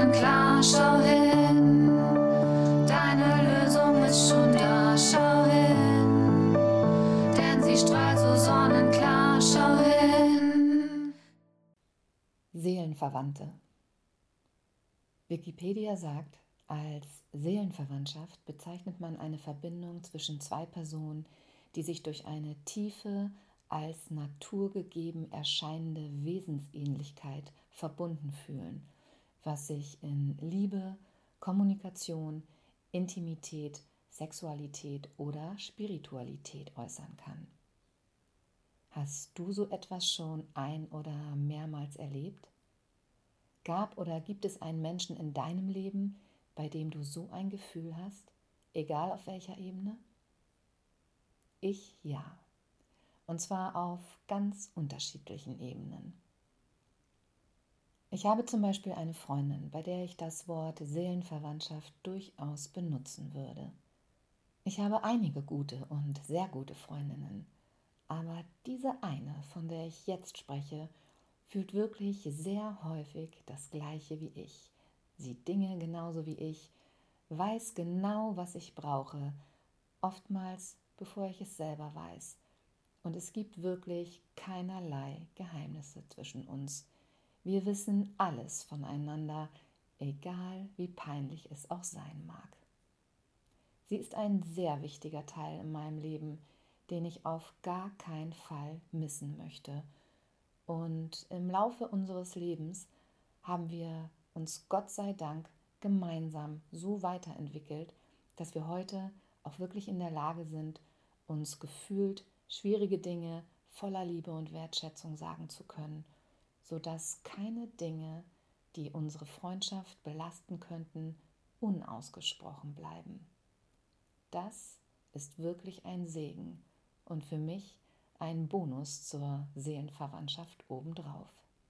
sonnenklar, schau hin. Deine Lösung ist schon da, schau hin. Denn sie strahlt so sonnenklar, schau hin. Seelenverwandte. Wikipedia sagt, als Seelenverwandtschaft bezeichnet man eine Verbindung zwischen zwei Personen, die sich durch eine tiefe, als naturgegeben erscheinende Wesensähnlichkeit verbunden fühlen, was sich in Liebe, Kommunikation, Intimität, Sexualität oder Spiritualität äußern kann. Hast du so etwas schon ein- oder mehrmals erlebt? Gab oder gibt es einen Menschen in deinem Leben, bei dem du so ein Gefühl hast, egal auf welcher Ebene? Ich ja. Und zwar auf ganz unterschiedlichen Ebenen. Ich habe zum Beispiel eine Freundin, bei der ich das Wort Seelenverwandtschaft durchaus benutzen würde. Ich habe einige gute und sehr gute Freundinnen, aber diese eine, von der ich jetzt spreche, fühlt wirklich sehr häufig das Gleiche wie ich, sieht Dinge genauso wie ich, weiß genau, was ich brauche, oftmals bevor ich es selber weiß. Und es gibt wirklich keinerlei Geheimnisse zwischen uns. Wir wissen alles voneinander, egal wie peinlich es auch sein mag. Sie ist ein sehr wichtiger Teil in meinem Leben, den ich auf gar keinen Fall missen möchte. Und im Laufe unseres Lebens haben wir uns Gott sei Dank gemeinsam so weiterentwickelt, dass wir heute auch wirklich in der Lage sind, uns gefühlt schwierige Dinge voller Liebe und Wertschätzung sagen zu können, sodass keine Dinge, die unsere Freundschaft belasten könnten, unausgesprochen bleiben. Das ist wirklich ein Segen und für mich ein Bonus zur Seelenverwandtschaft obendrauf.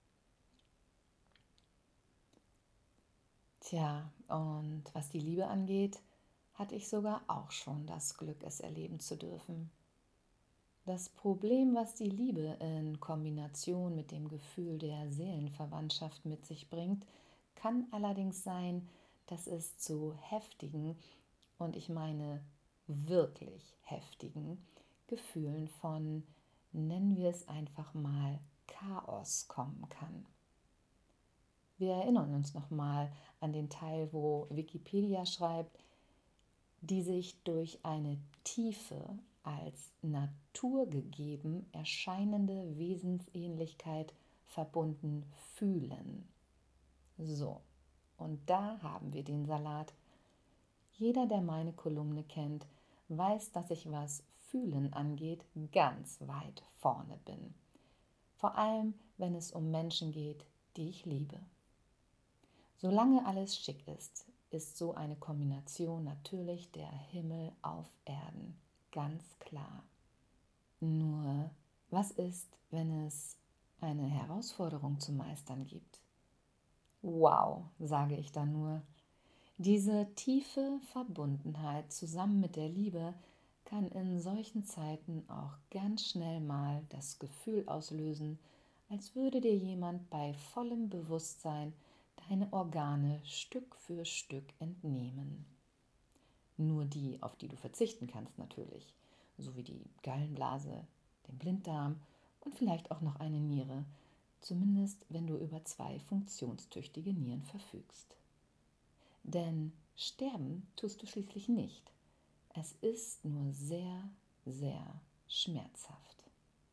Tja, und was die Liebe angeht, hatte ich sogar auch schon das Glück, es erleben zu dürfen. Das Problem, was die Liebe in Kombination mit dem Gefühl der Seelenverwandtschaft mit sich bringt, kann allerdings sein, dass es zu heftigen, und ich meine wirklich heftigen, Gefühlen von, nennen wir es einfach mal, Chaos kommen kann. Wir erinnern uns nochmal an den Teil, wo Wikipedia schreibt, die sich durch eine tiefe, als naturgegeben erscheinende Wesensähnlichkeit verbunden fühlen. So, und da haben wir den Salat. Jeder, der meine Kolumne kennt, weiß, dass ich, was Fühlen angeht, ganz weit vorne bin. Vor allem, wenn es um Menschen geht, die ich liebe. Solange alles schick ist, ist so eine Kombination natürlich der Himmel auf Erden, ganz klar. Nur, was ist, wenn es eine Herausforderung zu meistern gibt? Wow, sage ich dann nur. Diese tiefe Verbundenheit zusammen mit der Liebe kann in solchen Zeiten auch ganz schnell mal das Gefühl auslösen, als würde dir jemand bei vollem Bewusstsein deine Organe Stück für Stück entnehmen. Nur die, auf die du verzichten kannst natürlich, sowie die Gallenblase, den Blinddarm und vielleicht auch noch eine Niere, zumindest wenn du über 2 funktionstüchtige Nieren verfügst. Denn sterben tust du schließlich nicht. Es ist nur sehr, sehr schmerzhaft.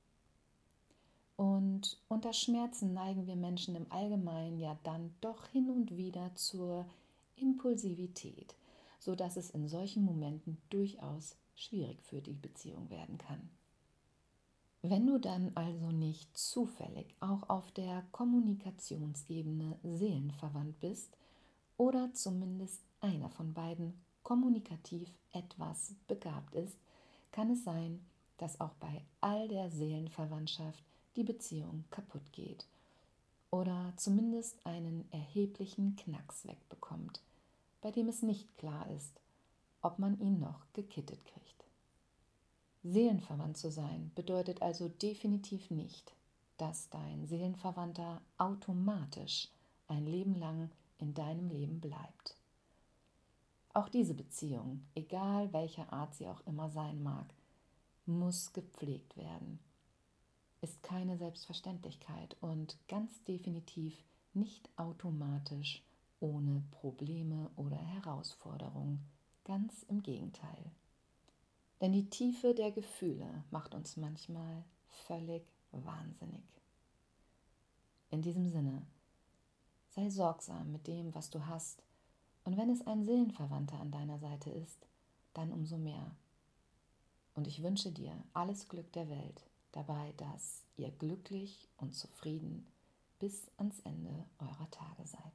Und unter Schmerzen neigen wir Menschen im Allgemeinen ja dann doch hin und wieder zur Impulsivität, sodass es in solchen Momenten durchaus schwierig für die Beziehung werden kann. Wenn du dann also nicht zufällig auch auf der Kommunikationsebene seelenverwandt bist oder zumindest einer von beiden kommunikativ etwas begabt ist, kann es sein, dass auch bei all der Seelenverwandtschaft die Beziehung kaputt geht oder zumindest einen erheblichen Knacks wegbekommt, bei dem es nicht klar ist, ob man ihn noch gekittet kriegt. Seelenverwandt zu sein bedeutet also definitiv nicht, dass dein Seelenverwandter automatisch ein Leben lang in deinem Leben bleibt. Auch diese Beziehung, egal welcher Art sie auch immer sein mag, muss gepflegt werden, ist keine Selbstverständlichkeit und ganz definitiv nicht automatisch ohne Probleme oder Herausforderungen, ganz im Gegenteil. Denn die Tiefe der Gefühle macht uns manchmal völlig wahnsinnig. In diesem Sinne, sei sorgsam mit dem, was du hast, und wenn es ein Seelenverwandter an deiner Seite ist, dann umso mehr. Und ich wünsche dir alles Glück der Welt dabei, dass ihr glücklich und zufrieden bis ans Ende eurer Tage seid.